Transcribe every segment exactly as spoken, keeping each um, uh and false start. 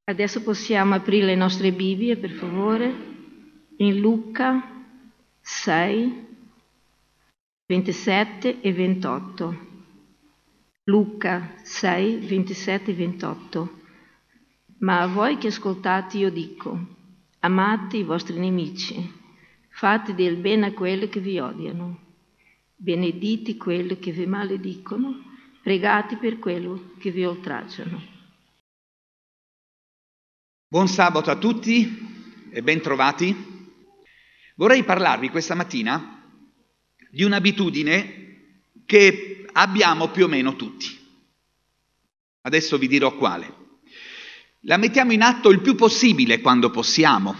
Adesso possiamo aprire le nostre Bibbie, per favore, in Luca sei, ventisette e ventotto. Luca sei, ventisette e ventotto. Ma a voi che ascoltate io dico, amate i vostri nemici, fate del bene a quelli che vi odiano, benedite quelli che vi maledicono, pregate per quelli che vi oltraggiano. Buon sabato a tutti e ben trovati. Vorrei parlarvi questa mattina di un'abitudine che abbiamo più o meno tutti. Adesso vi dirò quale. La mettiamo in atto il più possibile quando possiamo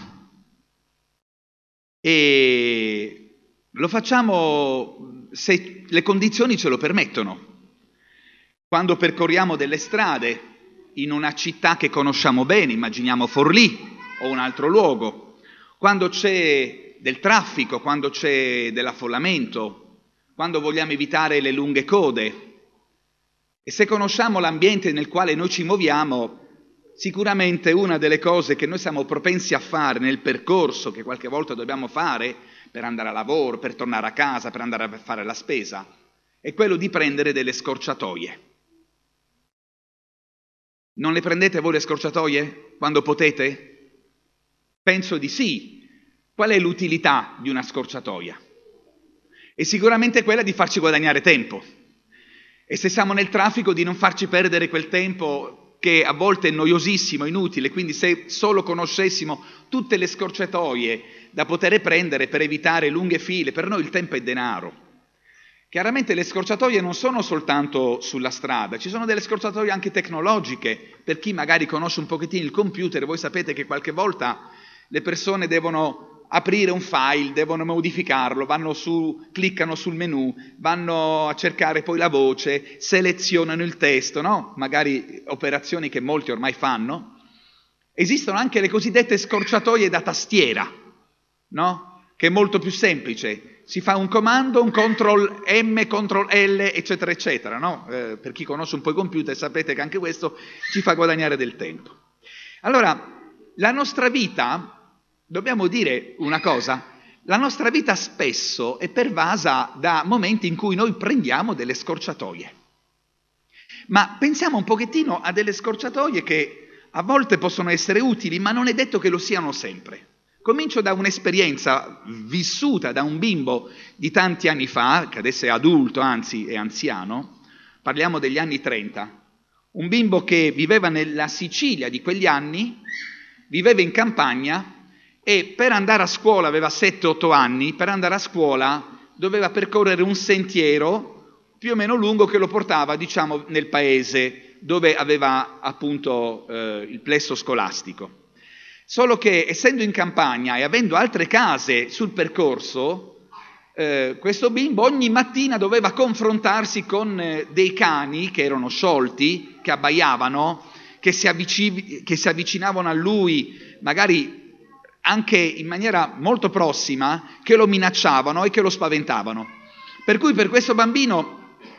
e lo facciamo se le condizioni ce lo permettono. Quando percorriamo delle strade in una città che conosciamo bene, immaginiamo Forlì o un altro luogo, quando c'è del traffico, quando c'è dell'affollamento, quando vogliamo evitare le lunghe code. E se conosciamo l'ambiente nel quale noi ci muoviamo, sicuramente una delle cose che noi siamo propensi a fare nel percorso che qualche volta dobbiamo fare per andare a lavoro, per tornare a casa, per andare a fare la spesa, è quello di prendere delle scorciatoie. Non le prendete voi le scorciatoie quando potete? Penso di sì. Qual è l'utilità di una scorciatoia? È sicuramente quella di farci guadagnare tempo. E se siamo nel traffico, di non farci perdere quel tempo che a volte è noiosissimo, inutile. Quindi se solo conoscessimo tutte le scorciatoie da poter prendere per evitare lunghe file, per noi il tempo è denaro. Chiaramente le scorciatoie non sono soltanto sulla strada, ci sono delle scorciatoie anche tecnologiche. Per chi magari conosce un pochettino il computer, voi sapete che qualche volta le persone devono aprire un file, devono modificarlo, vanno su, cliccano sul menu, vanno a cercare poi la voce, selezionano il testo, no? Magari operazioni che molti ormai fanno. Esistono anche le cosiddette scorciatoie da tastiera, no? Che è molto più semplice. Si fa un comando, un control M, control L, eccetera, eccetera, no? Eh, per chi conosce un po' i computer sapete che anche questo ci fa guadagnare del tempo. Allora, la nostra vita, dobbiamo dire una cosa, la nostra vita spesso è pervasa da momenti in cui noi prendiamo delle scorciatoie. Ma pensiamo un pochettino a delle scorciatoie che a volte possono essere utili, ma non è detto che lo siano sempre. Comincio da un'esperienza vissuta da un bimbo di tanti anni fa, che adesso è adulto, anzi è anziano, parliamo degli anni trenta, un bimbo che viveva nella Sicilia di quegli anni, viveva in campagna e per andare a scuola, aveva sette otto anni, per andare a scuola doveva percorrere un sentiero più o meno lungo che lo portava, diciamo, nel paese dove aveva appunto eh, il plesso scolastico. Solo che essendo in campagna e avendo altre case sul percorso, eh, questo bimbo ogni mattina doveva confrontarsi con eh, dei cani che erano sciolti, che abbaiavano, che si, avvici- che si avvicinavano a lui, magari anche in maniera molto prossima, che lo minacciavano e che lo spaventavano. Per cui per questo bambino...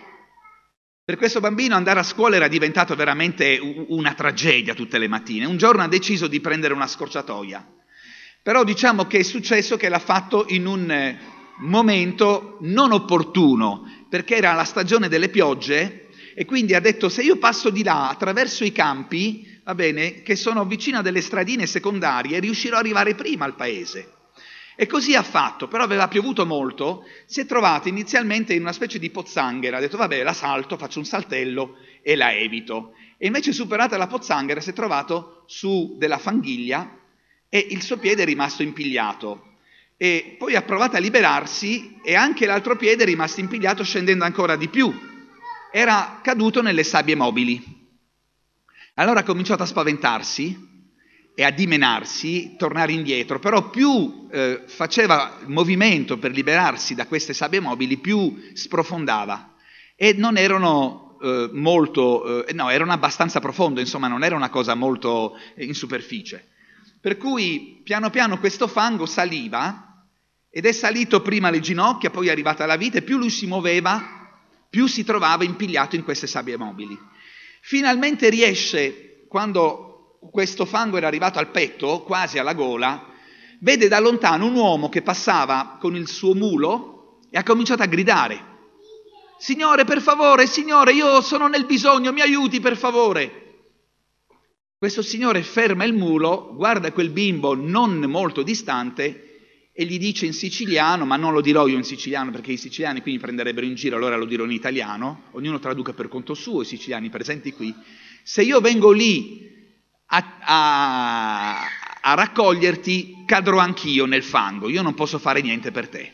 Per questo bambino andare a scuola era diventato veramente una tragedia tutte le mattine. Un giorno ha deciso di prendere una scorciatoia, però diciamo che è successo che l'ha fatto in un momento non opportuno, perché era la stagione delle piogge e quindi ha detto: se io passo di là attraverso i campi, va bene, che sono vicino a delle stradine secondarie, riuscirò ad arrivare prima al paese. E così ha fatto, però aveva piovuto molto, si è trovato inizialmente in una specie di pozzanghera, ha detto vabbè la salto, faccio un saltello e la evito. E invece superata la pozzanghera si è trovato su della fanghiglia e il suo piede è rimasto impigliato. E poi ha provato a liberarsi e anche l'altro piede è rimasto impigliato scendendo ancora di più. Era caduto nelle sabbie mobili. Allora ha cominciato a spaventarsi e a dimenarsi, tornare indietro, però più eh, faceva movimento per liberarsi da queste sabbie mobili, più sprofondava. E non erano eh, molto, eh, no, erano abbastanza profondo, insomma non era una cosa molto eh, in superficie. Per cui piano piano questo fango saliva, ed è salito prima alle ginocchia, poi è arrivata alla vita, e più lui si muoveva, più si trovava impigliato in queste sabbie mobili. Finalmente riesce, quando questo fango era arrivato al petto, quasi alla gola, vede da lontano un uomo che passava con il suo mulo e ha cominciato a gridare: Signore, per favore, Signore, io sono nel bisogno, mi aiuti per favore. Questo signore ferma il mulo, guarda quel bimbo non molto distante e gli dice in siciliano, ma non lo dirò io in siciliano perché i siciliani qui mi prenderebbero in giro, allora lo dirò in italiano, ognuno traduca per conto suo, i siciliani presenti qui: se io vengo lì a, a, a raccoglierti, cadrò anch'io nel fango, io non posso fare niente per te.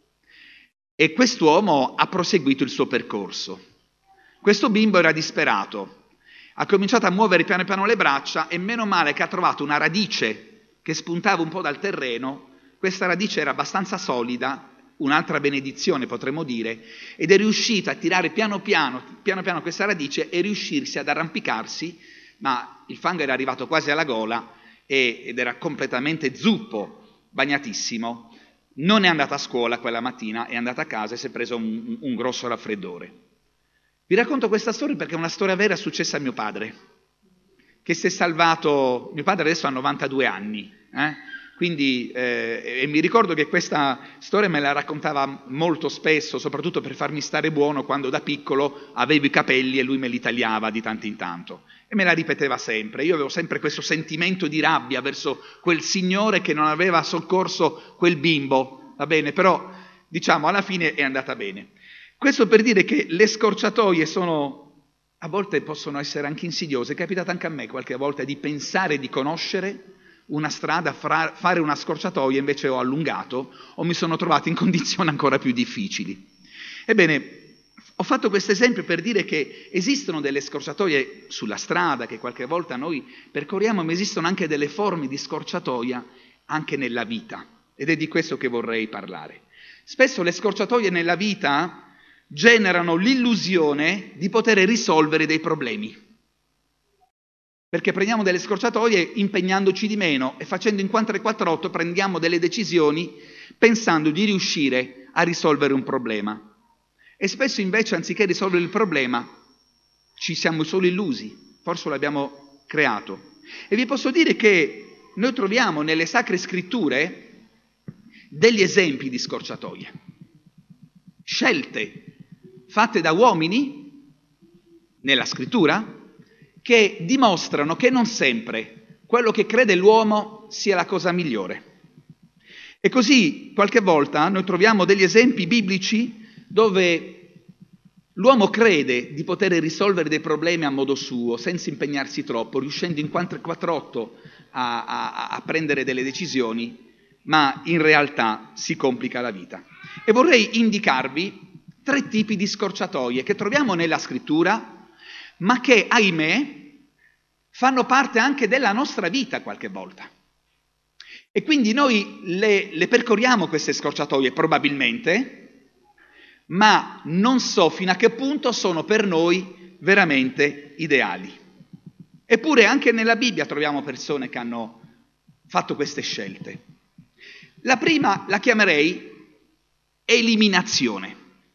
E quest'uomo ha proseguito il suo percorso. Questo bimbo era disperato, ha cominciato a muovere piano piano le braccia e meno male che ha trovato una radice che spuntava un po' dal terreno. Questa radice era abbastanza solida, un'altra benedizione potremmo dire, ed è riuscito a tirare piano piano, piano piano questa radice e riuscirsi ad arrampicarsi, ma il fango era arrivato quasi alla gola e, ed era completamente zuppo, bagnatissimo. Non è andata a scuola quella mattina, è andata a casa e si è preso un, un grosso raffreddore. Vi racconto questa storia perché è una storia vera successa a mio padre, che si è salvato. Mio padre adesso ha novantadue anni, eh? Quindi eh, e mi ricordo che questa storia me la raccontava molto spesso, soprattutto per farmi stare buono quando da piccolo avevo i capelli e lui me li tagliava di tanto in tanto. E me la ripeteva sempre. Io avevo sempre questo sentimento di rabbia verso quel signore che non aveva soccorso quel bimbo, va bene? Però, diciamo, alla fine è andata bene. Questo per dire che le scorciatoie sono, a volte possono essere anche insidiose. È capitato anche a me qualche volta di pensare di conoscere una strada, fra, fare una scorciatoia, invece ho allungato o mi sono trovato in condizioni ancora più difficili. Ebbene, ho fatto questo esempio per dire che esistono delle scorciatoie sulla strada che qualche volta noi percorriamo, ma esistono anche delle forme di scorciatoia anche nella vita, ed è di questo che vorrei parlare. Spesso le scorciatoie nella vita generano l'illusione di poter risolvere dei problemi, perché prendiamo delle scorciatoie impegnandoci di meno e facendo in quattro e quattro otto prendiamo delle decisioni pensando di riuscire a risolvere un problema. E spesso invece, anziché risolvere il problema, ci siamo solo illusi, forse l'abbiamo creato. E vi posso dire che noi troviamo nelle Sacre Scritture degli esempi di scorciatoie, scelte fatte da uomini nella Scrittura che dimostrano che non sempre quello che crede l'uomo sia la cosa migliore. E così qualche volta noi troviamo degli esempi biblici dove l'uomo crede di poter risolvere dei problemi a modo suo, senza impegnarsi troppo, riuscendo in quattro e quattro otto a, a, a prendere delle decisioni, ma in realtà si complica la vita. E vorrei indicarvi tre tipi di scorciatoie che troviamo nella Scrittura, ma che, ahimè, fanno parte anche della nostra vita qualche volta. E quindi noi le, le percorriamo queste scorciatoie probabilmente, ma non so fino a che punto sono per noi veramente ideali. Eppure anche nella Bibbia troviamo persone che hanno fatto queste scelte. La prima la chiamerei eliminazione.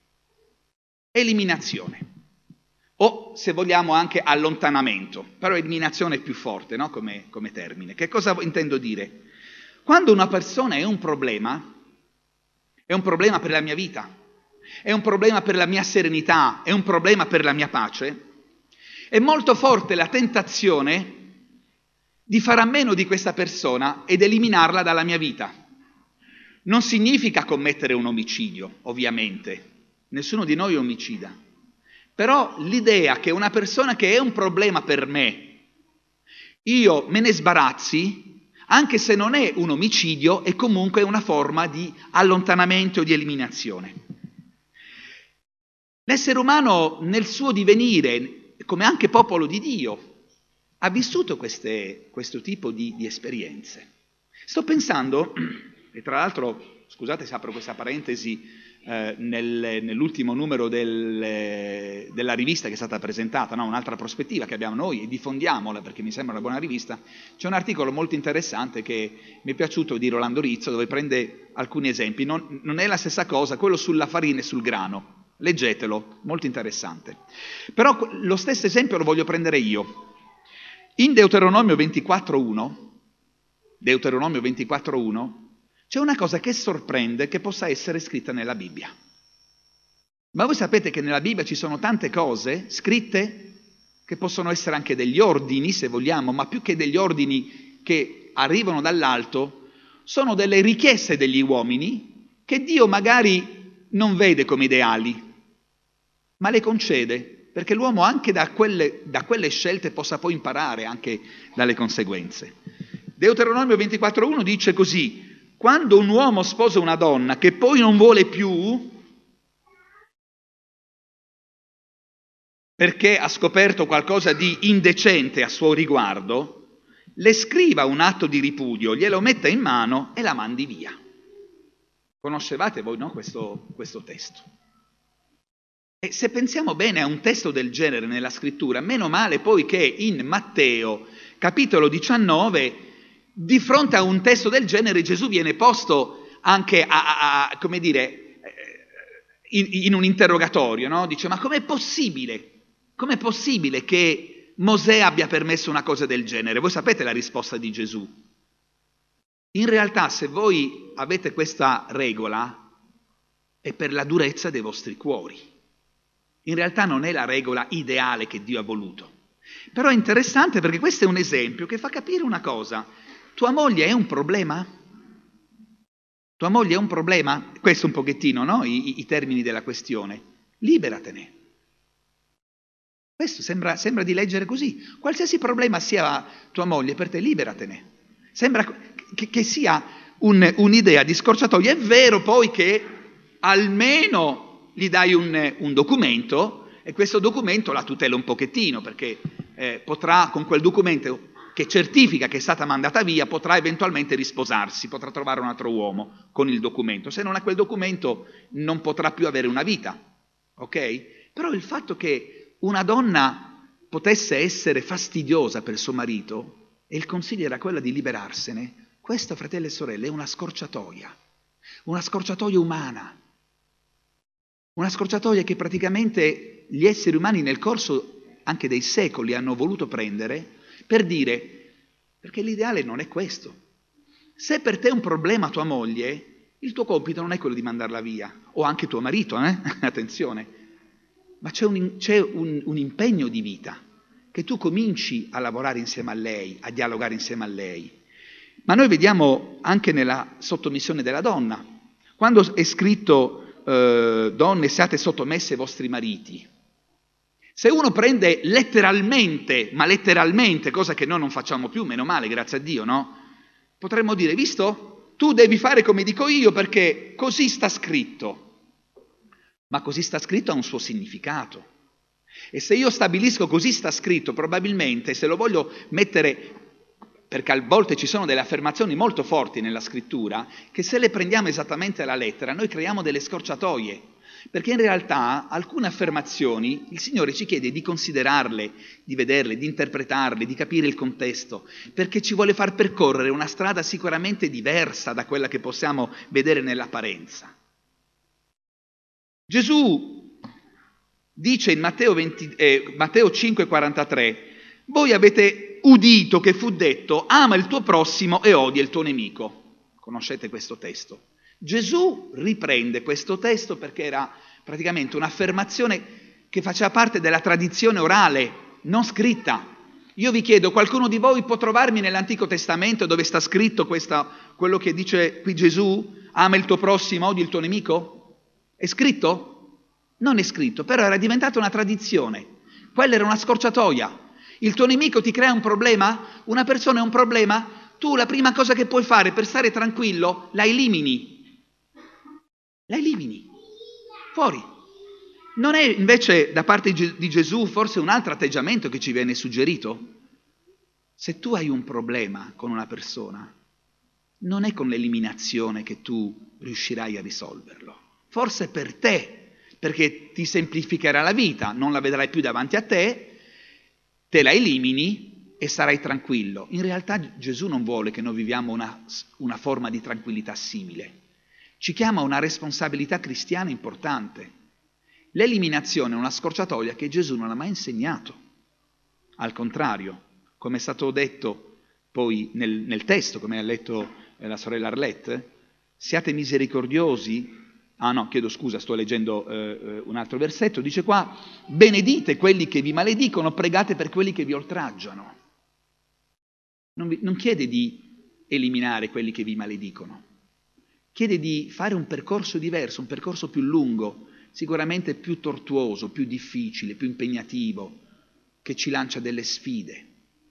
Eliminazione. O, se vogliamo, anche allontanamento. Però eliminazione è più forte, no? Come, come termine. Che cosa intendo dire? Quando una persona è un problema, è un problema per la mia vita, è un problema per la mia serenità, è un problema per la mia pace, è molto forte la tentazione di fare a meno di questa persona ed eliminarla dalla mia vita. Non significa commettere un omicidio, ovviamente. Nessuno di noi è omicida. Però l'idea che una persona che è un problema per me, io me ne sbarazzi, anche se non è un omicidio, è comunque una forma di allontanamento o di eliminazione. L'essere umano nel suo divenire, come anche popolo di Dio, ha vissuto queste, questo tipo di, di esperienze. Sto pensando, e tra l'altro, scusate se apro questa parentesi, eh, nel, nell'ultimo numero del, della rivista che è stata presentata, no? Un'altra prospettiva che abbiamo noi, e diffondiamola perché mi sembra una buona rivista, c'è un articolo molto interessante che mi è piaciuto di Rolando Rizzo, dove prende alcuni esempi. Non, non è la stessa cosa, quello sulla farina e sul grano, leggetelo, molto interessante. Però lo stesso esempio lo voglio prendere io. In Deuteronomio ventiquattro uno, Deuteronomio ventiquattro uno, c'è una cosa che sorprende che possa essere scritta nella Bibbia. Ma voi sapete che nella Bibbia ci sono tante cose scritte che possono essere anche degli ordini, se vogliamo, ma più che degli ordini che arrivano dall'alto, sono delle richieste degli uomini che Dio magari non vede come ideali, ma le concede, perché l'uomo anche da quelle, da quelle scelte possa poi imparare anche dalle conseguenze. Deuteronomio ventiquattro uno dice così: quando un uomo sposa una donna che poi non vuole più, perché ha scoperto qualcosa di indecente a suo riguardo, le scriva un atto di ripudio, glielo metta in mano e la mandi via. Conoscevate voi, no, questo, questo testo? E se pensiamo bene a un testo del genere nella scrittura, meno male poi che in Matteo, capitolo diciannove, di fronte a un testo del genere Gesù viene posto anche a, a, a come dire, in, in un interrogatorio, no? Dice: ma com'è possibile? Com'è possibile che Mosè abbia permesso una cosa del genere? Voi sapete la risposta di Gesù. In realtà, se voi avete questa regola, è per la durezza dei vostri cuori. In realtà non è la regola ideale che Dio ha voluto. Però è interessante perché questo è un esempio che fa capire una cosa. Tua moglie è un problema? Tua moglie è un problema? Questo un pochettino, no? I, i, i termini della questione. Liberatene. Questo sembra, sembra di leggere così. Qualsiasi problema sia tua moglie, per te liberatene. Sembra che, che sia un, un'idea di scorciatoia. È vero poi che almeno gli dai un, un documento e questo documento la tutela un pochettino, perché eh, potrà con quel documento che certifica che è stata mandata via, potrà eventualmente risposarsi, potrà trovare un altro uomo con il documento. Se non ha quel documento non potrà più avere una vita, ok? Però il fatto che una donna potesse essere fastidiosa per suo marito e il consiglio era quello di liberarsene, questo, fratelli e sorelle, è una scorciatoia, una scorciatoia umana, una scorciatoia che praticamente gli esseri umani nel corso anche dei secoli hanno voluto prendere per dire: perché l'ideale non è questo. Se per te è un problema tua moglie, il tuo compito non è quello di mandarla via, o anche tuo marito, eh? Attenzione. Ma c'è, un, c'è un, un impegno di vita, che tu cominci a lavorare insieme a lei, a dialogare insieme a lei. Ma noi vediamo anche nella sottomissione della donna, quando è scritto eh, donne siate sottomesse ai vostri mariti. Se uno prende letteralmente, ma letteralmente, cosa che noi non facciamo più, meno male, grazie a Dio, no? Potremmo dire: visto? Tu devi fare come dico io perché così sta scritto. Ma così sta scritto ha un suo significato. E se io stabilisco così sta scritto, probabilmente, se lo voglio mettere, perché a volte ci sono delle affermazioni molto forti nella scrittura, che se le prendiamo esattamente alla lettera, noi creiamo delle scorciatoie. Perché in realtà alcune affermazioni il Signore ci chiede di considerarle, di vederle, di interpretarle, di capire il contesto, perché ci vuole far percorrere una strada sicuramente diversa da quella che possiamo vedere nell'apparenza. Gesù dice in Matteo, venti, eh, Matteo cinque quarantatré: voi avete udito che fu detto ama il tuo prossimo e odia il tuo nemico. Conoscete questo testo? Gesù riprende questo testo perché era praticamente un'affermazione che faceva parte della tradizione orale, non scritta. Io vi chiedo, qualcuno di voi può trovarmi nell'Antico Testamento dove sta scritto questa, quello che dice qui Gesù? Ama il tuo prossimo, odia il tuo nemico? È scritto? Non è scritto, però era diventata una tradizione. Quella era una scorciatoia. Il tuo nemico ti crea un problema? Una persona è un problema? Tu la prima cosa che puoi fare per stare tranquillo, la elimini. La elimini. Fuori. Non è invece da parte di Gesù forse un altro atteggiamento che ci viene suggerito? Se tu hai un problema con una persona, non è con l'eliminazione che tu riuscirai a risolverlo. Forse per te, perché ti semplificherà la vita, non la vedrai più davanti a te, te la elimini e sarai tranquillo. In realtà Gesù non vuole che noi viviamo una, una forma di tranquillità simile. Ci chiama a una responsabilità cristiana importante. L'eliminazione è una scorciatoia che Gesù non ha mai insegnato. Al contrario, come è stato detto poi nel, nel testo, come ha letto eh, la sorella Arlette, siate misericordiosi. Ah no, chiedo scusa, sto leggendo eh, un altro versetto, dice qua, benedite quelli che vi maledicono, pregate per quelli che vi oltraggiano. Non, vi, non chiede di eliminare quelli che vi maledicono, chiede di fare un percorso diverso, un percorso più lungo, sicuramente più tortuoso, più difficile, più impegnativo, che ci lancia delle sfide.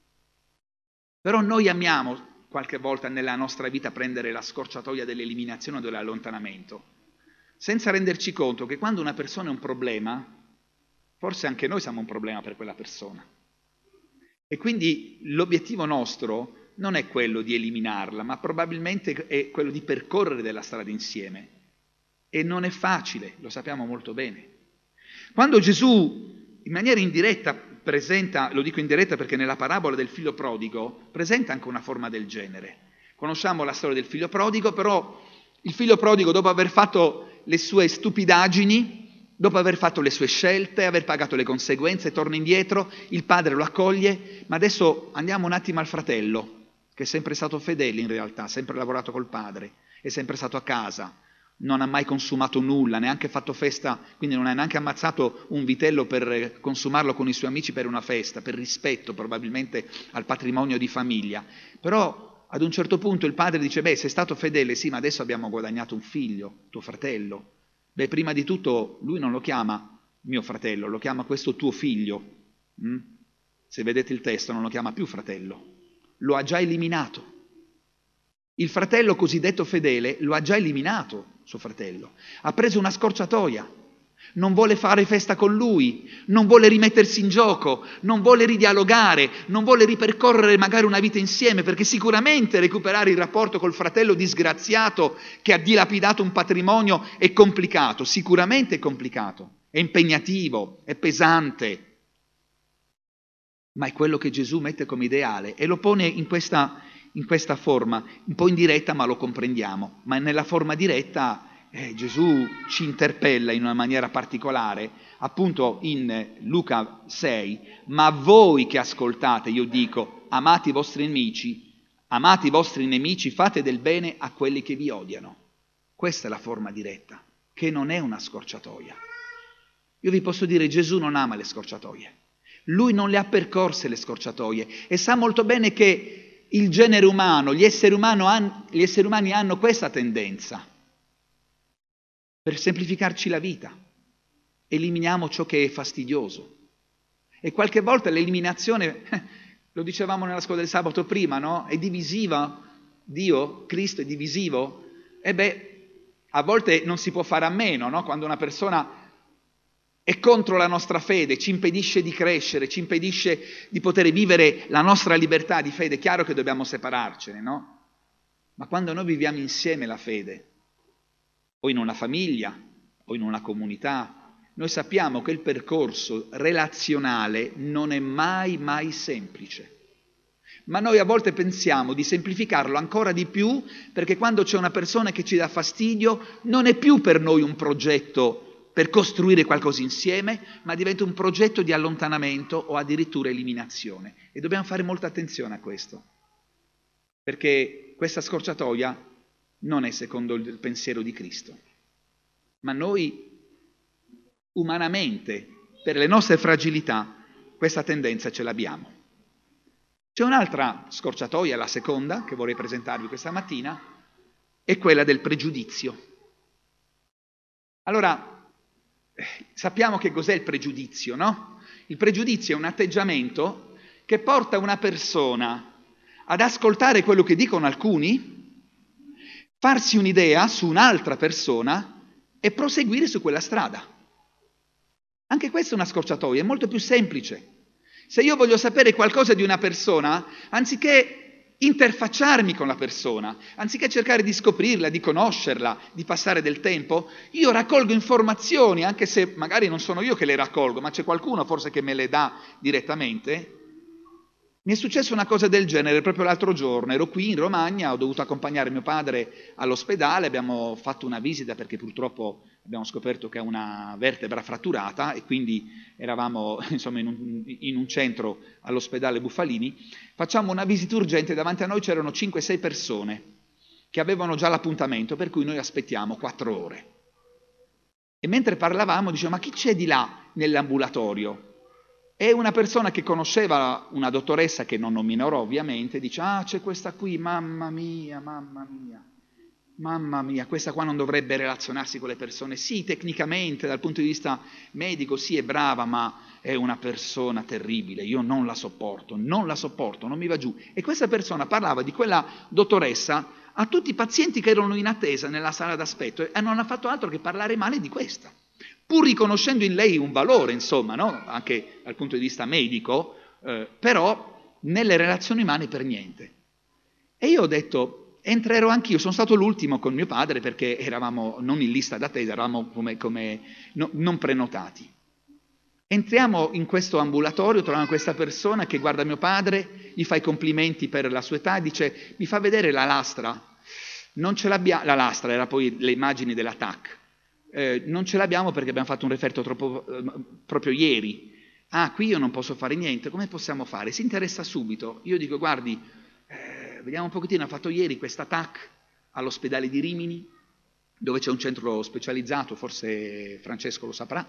Però noi amiamo qualche volta nella nostra vita prendere la scorciatoia dell'eliminazione o dell'allontanamento, senza renderci conto che quando una persona è un problema, forse anche noi siamo un problema per quella persona. E quindi l'obiettivo nostro non è quello di eliminarla, ma probabilmente è quello di percorrere della strada insieme. E non è facile, lo sappiamo molto bene. Quando Gesù, in maniera indiretta, presenta, lo dico indiretta perché nella parabola del figlio prodigo, presenta anche una forma del genere. Conosciamo la storia del figlio prodigo, però il figlio prodigo, dopo aver fatto le sue stupidaggini, dopo aver fatto le sue scelte, aver pagato le conseguenze, torna indietro, il padre lo accoglie, ma adesso andiamo un attimo al fratello, che è sempre stato fedele in realtà, ha sempre lavorato col padre, è sempre stato a casa, non ha mai consumato nulla, neanche fatto festa, quindi non ha neanche ammazzato un vitello per consumarlo con i suoi amici per una festa, per rispetto probabilmente al patrimonio di famiglia. Però ad un certo punto il padre dice, beh, sei stato fedele, sì, ma adesso abbiamo guadagnato un figlio, tuo fratello. Beh, prima di tutto lui non lo chiama mio fratello, lo chiama questo tuo figlio. Mm? Se vedete il testo non lo chiama più fratello, lo ha già eliminato. Il fratello cosiddetto fedele lo ha già eliminato, suo fratello. Ha preso una scorciatoia, non vuole fare festa con lui, non vuole rimettersi in gioco, non vuole ridialogare, non vuole ripercorrere magari una vita insieme, perché sicuramente recuperare il rapporto col fratello disgraziato che ha dilapidato un patrimonio è complicato, sicuramente è complicato, è impegnativo, è pesante, ma è quello che Gesù mette come ideale e lo pone in questa, in questa forma, un po' indiretta ma lo comprendiamo, ma nella forma diretta Eh, Gesù ci interpella in una maniera particolare, appunto in Luca sei, ma voi che ascoltate, io dico, amate i vostri nemici, amate i vostri nemici, fate del bene a quelli che vi odiano. Questa è la forma diretta, che non è una scorciatoia. Io vi posso dire, Gesù non ama le scorciatoie, lui non le ha percorse le scorciatoie e sa molto bene che il genere umano, gli esseri, umano han, gli esseri umani hanno questa tendenza. Per semplificarci la vita, eliminiamo ciò che è fastidioso. E qualche volta l'eliminazione, lo dicevamo nella scuola del sabato prima, no? È divisiva. Dio, Cristo è divisivo. E beh, a volte non si può fare a meno, no? Quando una persona è contro la nostra fede, ci impedisce di crescere, ci impedisce di poter vivere la nostra libertà di fede, è chiaro che dobbiamo separarcene, no? Ma quando noi viviamo insieme la fede, o in una famiglia, o in una comunità, noi sappiamo che il percorso relazionale non è mai, mai semplice. Ma noi a volte pensiamo di semplificarlo ancora di più, perché quando c'è una persona che ci dà fastidio, non è più per noi un progetto per costruire qualcosa insieme, ma diventa un progetto di allontanamento o addirittura eliminazione. E dobbiamo fare molta attenzione a questo, perché questa scorciatoia non è secondo il pensiero di Cristo. Ma noi, umanamente, per le nostre fragilità, questa tendenza ce l'abbiamo. C'è un'altra scorciatoia, la seconda, che vorrei presentarvi questa mattina, è quella del pregiudizio. Allora, sappiamo che cos'è il pregiudizio, no? Il pregiudizio è un atteggiamento che porta una persona ad ascoltare quello che dicono alcuni, farsi un'idea su un'altra persona e proseguire su quella strada. Anche questa è una scorciatoia, è molto più semplice. Se io voglio sapere qualcosa di una persona, anziché interfacciarmi con la persona, anziché cercare di scoprirla, di conoscerla, di passare del tempo, io raccolgo informazioni, anche se magari non sono io che le raccolgo, ma c'è qualcuno forse che me le dà direttamente. Mi è successa una cosa del genere proprio l'altro giorno, ero qui in Romagna, ho dovuto accompagnare mio padre all'ospedale, abbiamo fatto una visita perché purtroppo abbiamo scoperto che ha una vertebra fratturata e quindi eravamo insomma, in, un, in un centro all'ospedale Buffalini. Facciamo una visita urgente, davanti a noi c'erano cinque sei persone che avevano già l'appuntamento, per cui noi aspettiamo quattro ore. E mentre parlavamo dicevo, ma chi c'è di là nell'ambulatorio? E una persona che conosceva una dottoressa, che non nominerò ovviamente, dice, ah, c'è questa qui, mamma mia, mamma mia, mamma mia, questa qua non dovrebbe relazionarsi con le persone. Sì, tecnicamente, dal punto di vista medico, sì, è brava, ma è una persona terribile, io non la sopporto, non la sopporto, non mi va giù. E questa persona parlava di quella dottoressa a tutti i pazienti che erano in attesa nella sala d'aspetto e non ha fatto altro che parlare male di questa. Pur riconoscendo in lei un valore, insomma, no? Anche dal punto di vista medico, eh, però nelle relazioni umane per niente. E io ho detto, entrerò anch'io, sono stato l'ultimo con mio padre perché eravamo non in lista d'attesa, eravamo come, come no, non prenotati. Entriamo in questo ambulatorio, troviamo questa persona che guarda mio padre, gli fa i complimenti per la sua età e dice, mi fa vedere la lastra? Non ce l'abbiamo, la lastra era poi le immagini della T A C. Eh, non ce l'abbiamo perché abbiamo fatto un referto troppo, eh, proprio ieri. Ah, qui io non posso fare niente, come possiamo fare? Si interessa subito. Io dico, guardi, eh, vediamo un pochettino, ha fatto ieri questa T A C all'ospedale di Rimini, dove c'è un centro specializzato, forse Francesco lo saprà,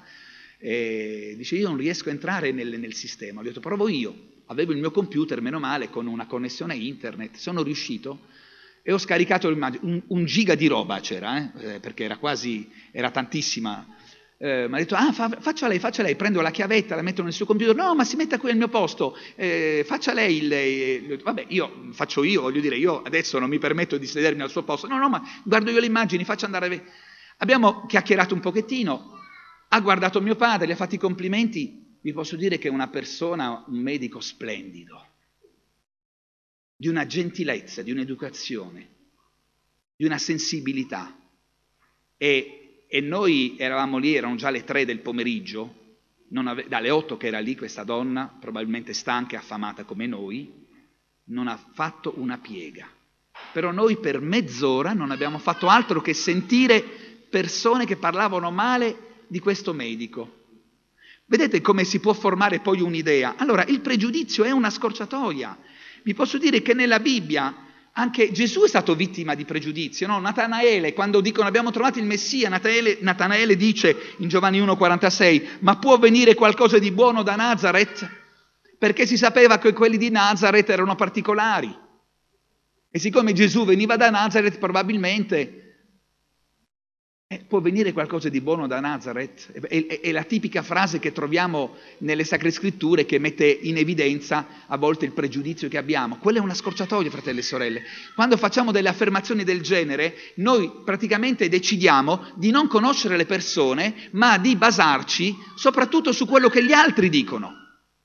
e dice, io non riesco a entrare nel, nel sistema. Ho detto, provo io. Avevo il mio computer, meno male, con una connessione a internet, sono riuscito. E ho scaricato un, un giga di roba c'era, eh, perché era quasi, era tantissima. Eh, mi ha detto, ah, fa, faccia lei, faccia lei, prendo la chiavetta, la metto nel suo computer, no, ma si metta qui al mio posto, eh, faccia lei il... il vabbè, io faccio io, voglio dire, io adesso non mi permetto di sedermi al suo posto, no, no, ma guardo io le immagini, faccio andare... Abbiamo chiacchierato un pochettino, ha guardato mio padre, gli ha fatto i complimenti, vi posso dire che è una persona, un medico splendido, di una gentilezza, di un'educazione, di una sensibilità. E, e noi eravamo lì, erano già le tre del pomeriggio, non ave- dalle otto che era lì questa donna, probabilmente stanca e affamata come noi, non ha fatto una piega. Però noi per mezz'ora non abbiamo fatto altro che sentire persone che parlavano male di questo medico. Vedete come si può formare poi un'idea? Allora, il pregiudizio è una scorciatoia. Vi posso dire che nella Bibbia anche Gesù è stato vittima di pregiudizio, no? Natanaele, quando dicono abbiamo trovato il Messia, Natanaele, Natanaele dice in Giovanni uno quarantasei, ma può venire qualcosa di buono da Nazareth? Perché si sapeva che quelli di Nazareth erano particolari. E siccome Gesù veniva da Nazareth, probabilmente eh, può venire qualcosa di buono da Nazareth? È, è, è la tipica frase che troviamo nelle Sacre Scritture che mette in evidenza a volte il pregiudizio che abbiamo. Quella è una scorciatoia, fratelli e sorelle. Quando facciamo delle affermazioni del genere, noi praticamente decidiamo di non conoscere le persone, ma di basarci soprattutto su quello che gli altri dicono.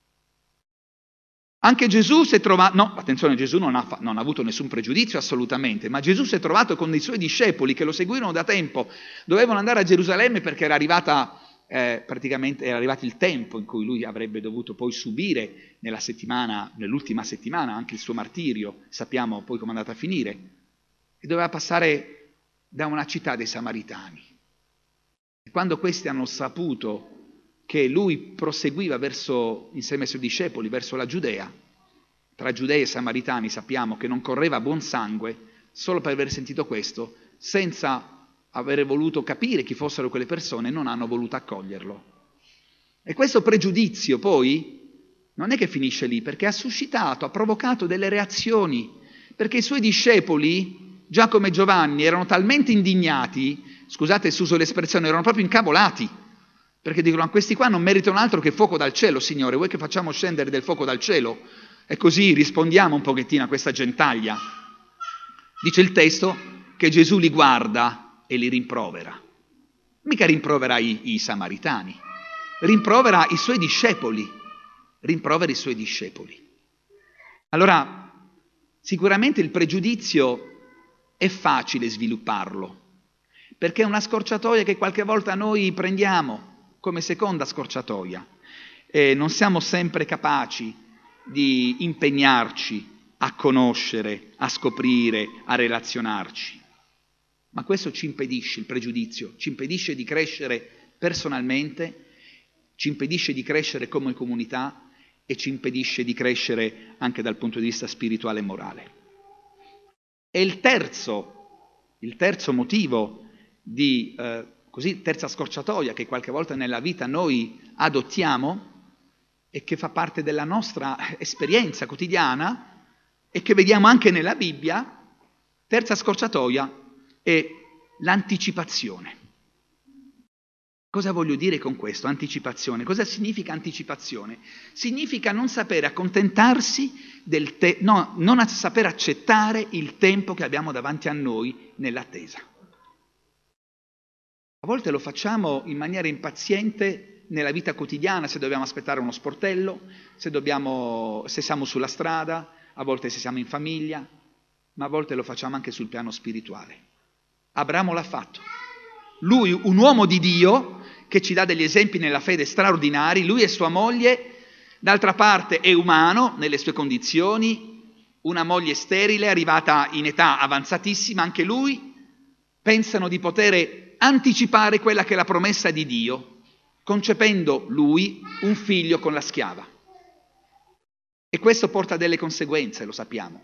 Anche Gesù si è trovato, no, attenzione, Gesù non ha, non ha avuto nessun pregiudizio assolutamente, ma Gesù si è trovato con dei suoi discepoli che lo seguirono da tempo, dovevano andare a Gerusalemme perché era arrivata, eh, praticamente era arrivato il tempo in cui lui avrebbe dovuto poi subire nella settimana, nell'ultima settimana anche il suo martirio, sappiamo poi come è andata a finire, e doveva passare da una città dei Samaritani. E quando questi hanno saputo che lui proseguiva verso, insieme ai suoi discepoli, verso la Giudea, tra Giudei e Samaritani sappiamo che non correva buon sangue, solo per aver sentito questo, senza aver voluto capire chi fossero quelle persone, non hanno voluto accoglierlo. E questo pregiudizio poi non è che finisce lì, perché ha suscitato, ha provocato delle reazioni, perché i suoi discepoli, Giacomo e Giovanni, erano talmente indignati, scusate se uso l'espressione, erano proprio incavolati, perché dicono, questi qua non meritano altro che fuoco dal cielo, Signore, vuoi che facciamo scendere del fuoco dal cielo? E così rispondiamo un pochettino a questa gentaglia. Dice il testo che Gesù li guarda e li rimprovera. Mica rimprovera i, i samaritani, rimprovera i suoi discepoli, rimprovera i suoi discepoli. Allora, sicuramente il pregiudizio è facile svilupparlo, perché è una scorciatoia che qualche volta noi prendiamo come seconda scorciatoia. E non siamo sempre capaci di impegnarci a conoscere, a scoprire, a relazionarci. Ma questo ci impedisce, il pregiudizio, ci impedisce di crescere personalmente, ci impedisce di crescere come comunità e ci impedisce di crescere anche dal punto di vista spirituale e morale. E il terzo, il terzo motivo di, eh, così, terza scorciatoia che qualche volta nella vita noi adottiamo e che fa parte della nostra esperienza quotidiana e che vediamo anche nella Bibbia, terza scorciatoia è l'anticipazione. Cosa voglio dire con questo? Anticipazione. Cosa significa anticipazione? Significa non sapere accontentarsi del te- no, non a saper accettare il tempo che abbiamo davanti a noi nell'attesa. A volte lo facciamo in maniera impaziente nella vita quotidiana, se dobbiamo aspettare uno sportello, se, dobbiamo, se siamo sulla strada, a volte se siamo in famiglia, ma a volte lo facciamo anche sul piano spirituale. Abramo l'ha fatto. Lui, un uomo di Dio, che ci dà degli esempi nella fede straordinari, lui e sua moglie, d'altra parte è umano nelle sue condizioni, una moglie sterile, arrivata in età avanzatissima, anche lui, pensano di poter anticipare quella che è la promessa di Dio, concependo lui un figlio con la schiava. E questo porta delle conseguenze, lo sappiamo.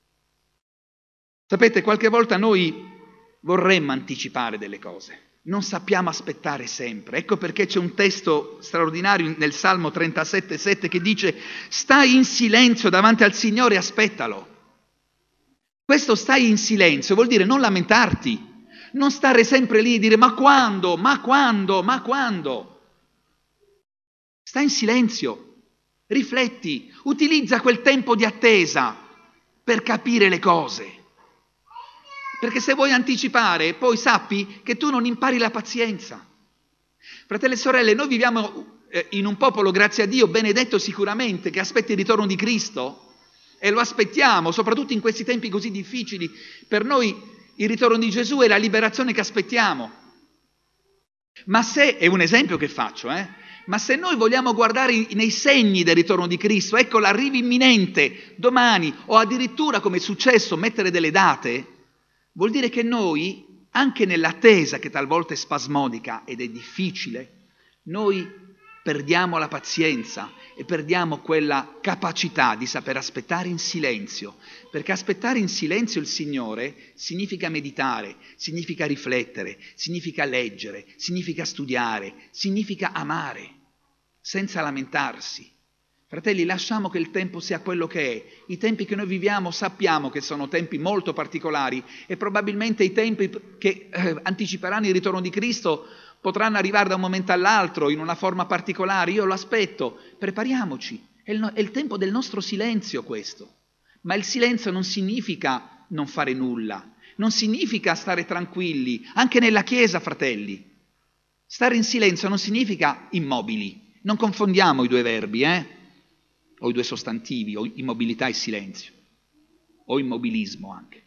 Sapete, qualche volta noi vorremmo anticipare delle cose. Non sappiamo aspettare sempre. Ecco perché c'è un testo straordinario nel Salmo trentasette sette che dice: stai in silenzio davanti al Signore e aspettalo. Questo stai in silenzio vuol dire non lamentarti, non stare sempre lì e dire ma quando, ma quando, ma quando. Stai in silenzio, rifletti, utilizza quel tempo di attesa per capire le cose. Perché se vuoi anticipare, poi sappi che tu non impari la pazienza. Fratelli e sorelle, noi viviamo in un popolo, grazie a Dio, benedetto sicuramente, che aspetta il ritorno di Cristo, e lo aspettiamo, soprattutto in questi tempi così difficili. Per noi il ritorno di Gesù è la liberazione che aspettiamo. Ma se, è un esempio che faccio, eh? Ma se noi vogliamo guardare nei segni del ritorno di Cristo, ecco l'arrivo imminente, domani, o addirittura, come è successo, mettere delle date, vuol dire che noi, anche nell'attesa che talvolta è spasmodica ed è difficile, noi perdiamo la pazienza e perdiamo quella capacità di saper aspettare in silenzio, perché aspettare in silenzio il Signore significa meditare, significa riflettere, significa leggere, significa studiare, significa amare, senza lamentarsi. Fratelli, lasciamo che il tempo sia quello che è. I tempi che noi viviamo sappiamo che sono tempi molto particolari e probabilmente i tempi che eh, anticiperanno il ritorno di Cristo potranno arrivare da un momento all'altro in una forma particolare. Io lo aspetto, prepariamoci. È il, no- è il tempo del nostro silenzio questo. Ma il silenzio non significa non fare nulla, non significa stare tranquilli, anche nella Chiesa, fratelli. Stare in silenzio non significa immobili. Non confondiamo i due verbi, eh? O i due sostantivi, o immobilità e silenzio, o immobilismo anche.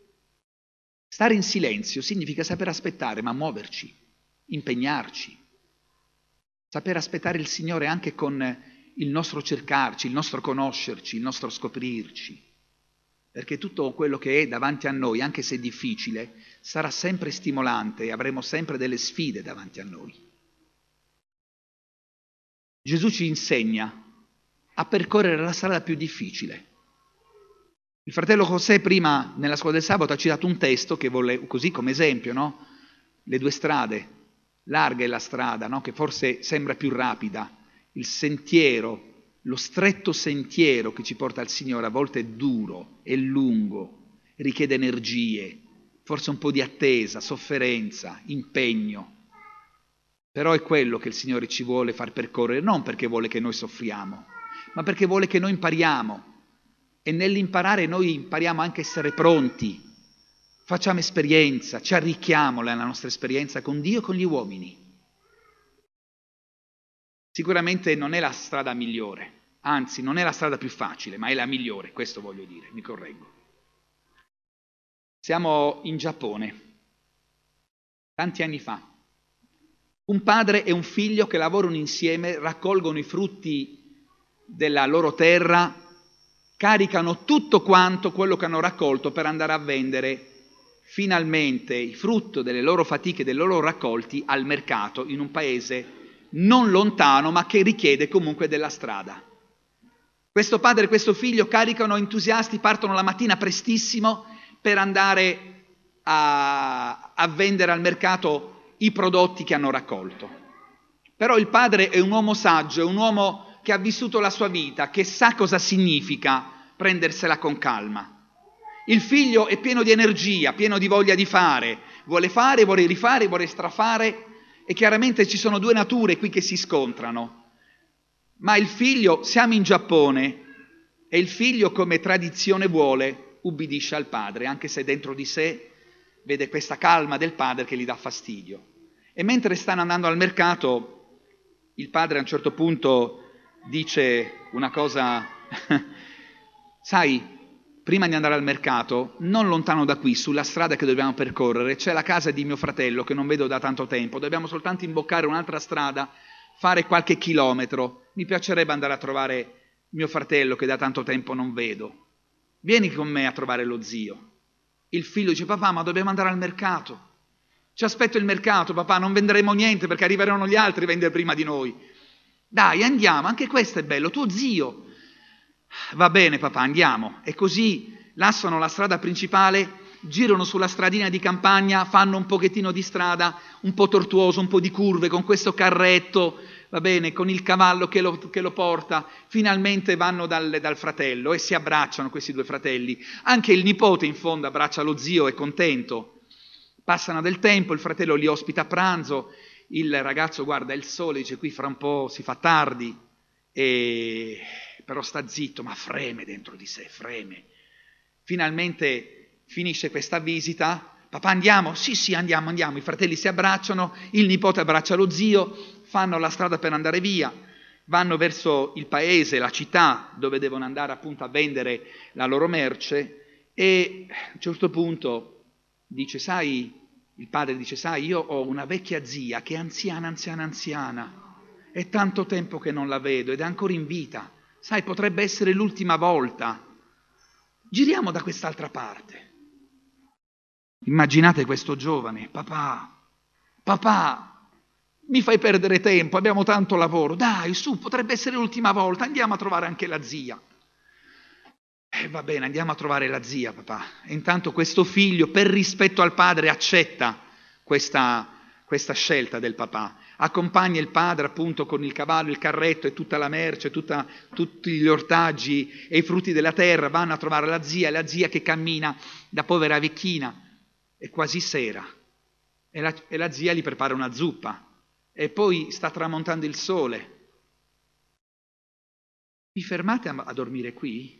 Stare in silenzio significa saper aspettare, ma muoverci, impegnarci, saper aspettare il Signore anche con il nostro cercarci, il nostro conoscerci, il nostro scoprirci, perché tutto quello che è davanti a noi, anche se difficile, sarà sempre stimolante e avremo sempre delle sfide davanti a noi. Gesù ci insegna a percorrere la strada più difficile. Il fratello José prima nella scuola del sabato ha citato un testo che vuole, così come esempio, no? Le due strade, larga è la strada, no? Che forse sembra più rapida, il sentiero, lo stretto sentiero che ci porta al Signore a volte è duro, è lungo, richiede energie, forse un po' di attesa, sofferenza, impegno. Però è quello che il Signore ci vuole far percorrere, non perché vuole che noi soffriamo, ma perché vuole che noi impariamo. E nell'imparare noi impariamo anche a essere pronti, facciamo esperienza, ci arricchiamo nella nostra esperienza con Dio e con gli uomini. Sicuramente non è la strada migliore, anzi non è la strada più facile, ma è la migliore, questo voglio dire, mi correggo. Siamo in Giappone, tanti anni fa. Un padre e un figlio che lavorano insieme, raccolgono i frutti della loro terra, caricano tutto quanto quello che hanno raccolto per andare a vendere finalmente il frutto delle loro fatiche, dei loro raccolti al mercato in un paese non lontano, ma che richiede comunque della strada. Questo padre e questo figlio caricano entusiasti, partono la mattina prestissimo per andare a, a vendere al mercato i prodotti che hanno raccolto. Però il padre è un uomo saggio, è un uomo che ha vissuto la sua vita, che sa cosa significa prendersela con calma. Il figlio è pieno di energia, pieno di voglia di fare, vuole fare, vuole rifare, vuole strafare, e chiaramente ci sono due nature qui che si scontrano. Ma il figlio, siamo in Giappone, e il figlio, come tradizione vuole, ubbidisce al padre, anche se dentro di sé vede questa calma del padre che gli dà fastidio. E mentre stanno andando al mercato, il padre a un certo punto dice una cosa, sai, prima di andare al mercato, non lontano da qui, sulla strada che dobbiamo percorrere, c'è la casa di mio fratello che non vedo da tanto tempo, dobbiamo soltanto imboccare un'altra strada, fare qualche chilometro, mi piacerebbe andare a trovare mio fratello che da tanto tempo non vedo. Vieni con me a trovare lo zio. Il figlio dice, papà, ma dobbiamo andare al mercato. Ci aspetto il mercato, papà, non venderemo niente perché arriveranno gli altri a vendere prima di noi. Dai, andiamo, anche questo è bello, tuo zio. Va bene, papà, andiamo. E così lasciano la strada principale, girano sulla stradina di campagna, fanno un pochettino di strada, un po' tortuoso, un po' di curve, con questo carretto, va bene, con il cavallo che lo, che lo porta. Finalmente vanno dal, dal fratello e si abbracciano questi due fratelli. Anche il nipote in fondo abbraccia lo zio, è contento. Passano del tempo, il fratello li ospita a pranzo, il ragazzo guarda il sole, dice qui fra un po' si fa tardi, e... però sta zitto, ma freme dentro di sé, freme. Finalmente finisce questa visita, papà andiamo? Sì, sì, andiamo, andiamo. I fratelli si abbracciano, il nipote abbraccia lo zio, fanno la strada per andare via, vanno verso il paese, la città, dove devono andare appunto a vendere la loro merce, e a un certo punto dice, sai, il padre dice, sai, io ho una vecchia zia che è anziana, anziana, anziana, è tanto tempo che non la vedo ed è ancora in vita. Sai, potrebbe essere l'ultima volta. Giriamo da quest'altra parte. Immaginate questo giovane, papà, papà, mi fai perdere tempo, abbiamo tanto lavoro. Dai, su, potrebbe essere l'ultima volta, andiamo a trovare anche la zia. E eh, va bene, andiamo a trovare la zia, papà. E intanto questo figlio, per rispetto al padre, accetta questa, questa scelta del papà. Accompagna il padre appunto con il cavallo, il carretto e tutta la merce, tutta, tutti gli ortaggi e i frutti della terra, vanno a trovare la zia, la zia che cammina da povera vecchina, è quasi sera, e la, e la zia gli prepara una zuppa, e poi sta tramontando il sole. Vi fermate a, a dormire qui?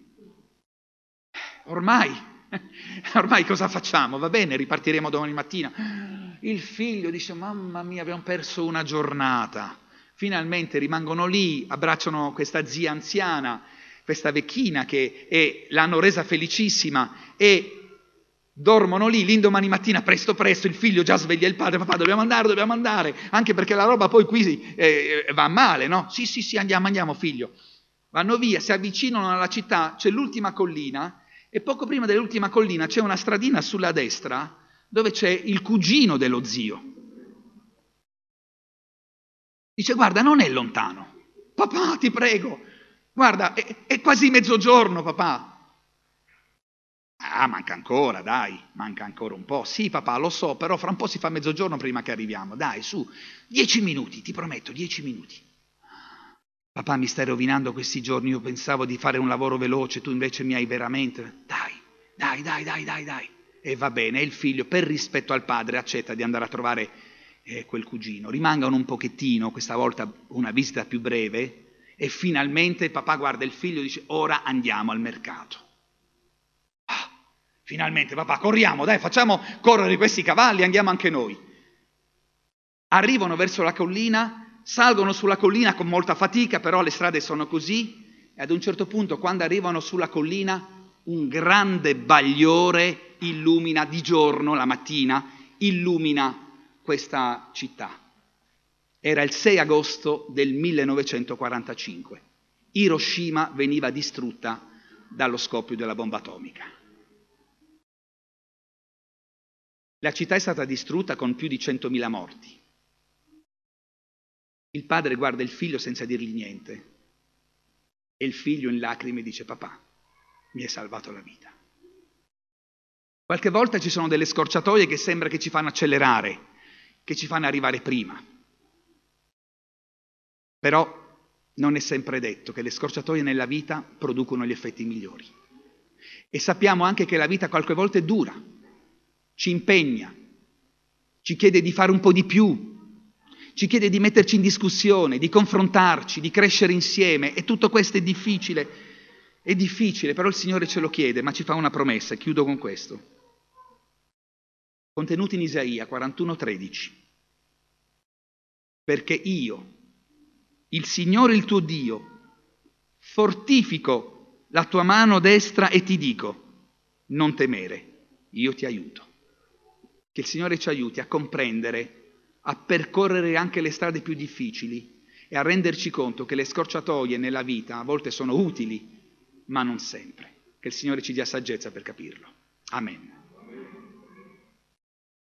Ormai, ormai cosa facciamo? Va bene, ripartiremo domani mattina. Il figlio dice, mamma mia, abbiamo perso una giornata. Finalmente rimangono lì, abbracciano questa zia anziana, questa vecchina che è, l'hanno resa felicissima, e dormono lì. L'indomani mattina presto presto il figlio già sveglia il padre, papà dobbiamo andare, dobbiamo andare, anche perché la roba poi qui eh, va male, no? Sì, sì, sì, andiamo, andiamo figlio. Vanno via, si avvicinano alla città, c'è l'ultima collina, e poco prima dell'ultima collina c'è una stradina sulla destra dove c'è il cugino dello zio. Dice, guarda, non è lontano. Papà, ti prego, guarda, è, è quasi mezzogiorno, papà. Ah, manca ancora, dai, manca ancora un po'. Sì, papà, lo so, però fra un po' si fa mezzogiorno prima che arriviamo. Dai, su, dieci minuti, ti prometto, dieci minuti. Papà, mi stai rovinando questi giorni, io pensavo di fare un lavoro veloce, tu invece mi hai veramente... Dai, dai, dai, dai, dai, dai. E va bene, e il figlio, per rispetto al padre, accetta di andare a trovare eh, quel cugino. Rimangono un pochettino, questa volta una visita più breve, e finalmente il papà guarda il figlio e dice, ora andiamo al mercato. Ah, finalmente, papà, corriamo, dai, facciamo correre questi cavalli, andiamo anche noi. Arrivano verso la collina, salgono sulla collina con molta fatica, però le strade sono così, e ad un certo punto, quando arrivano sulla collina, un grande bagliore illumina di giorno, la mattina, illumina questa città. Era il sei agosto del millenovecentoquarantacinque. Hiroshima veniva distrutta dallo scoppio della bomba atomica. La città è stata distrutta con più di centomila morti. Il padre guarda il figlio senza dirgli niente e il figlio in lacrime dice: papà, mi hai salvato la vita. Qualche volta ci sono delle scorciatoie che sembra che ci fanno accelerare, che ci fanno arrivare prima. Però non è sempre detto che le scorciatoie nella vita producono gli effetti migliori. E sappiamo anche che la vita qualche volta è dura, ci impegna, ci chiede di fare un po' di più, ci chiede di metterci in discussione, di confrontarci, di crescere insieme, e tutto questo è difficile, è difficile, però il Signore ce lo chiede, ma ci fa una promessa, e chiudo con questo. Contenuti in Isaia quarantuno tredici. Perché io, il Signore il tuo Dio, fortifico la tua mano destra e ti dico: non temere, io ti aiuto. Che il Signore ci aiuti a comprendere, a percorrere anche le strade più difficili e a renderci conto che le scorciatoie nella vita a volte sono utili, ma non sempre. Che il Signore ci dia saggezza per capirlo. Amen.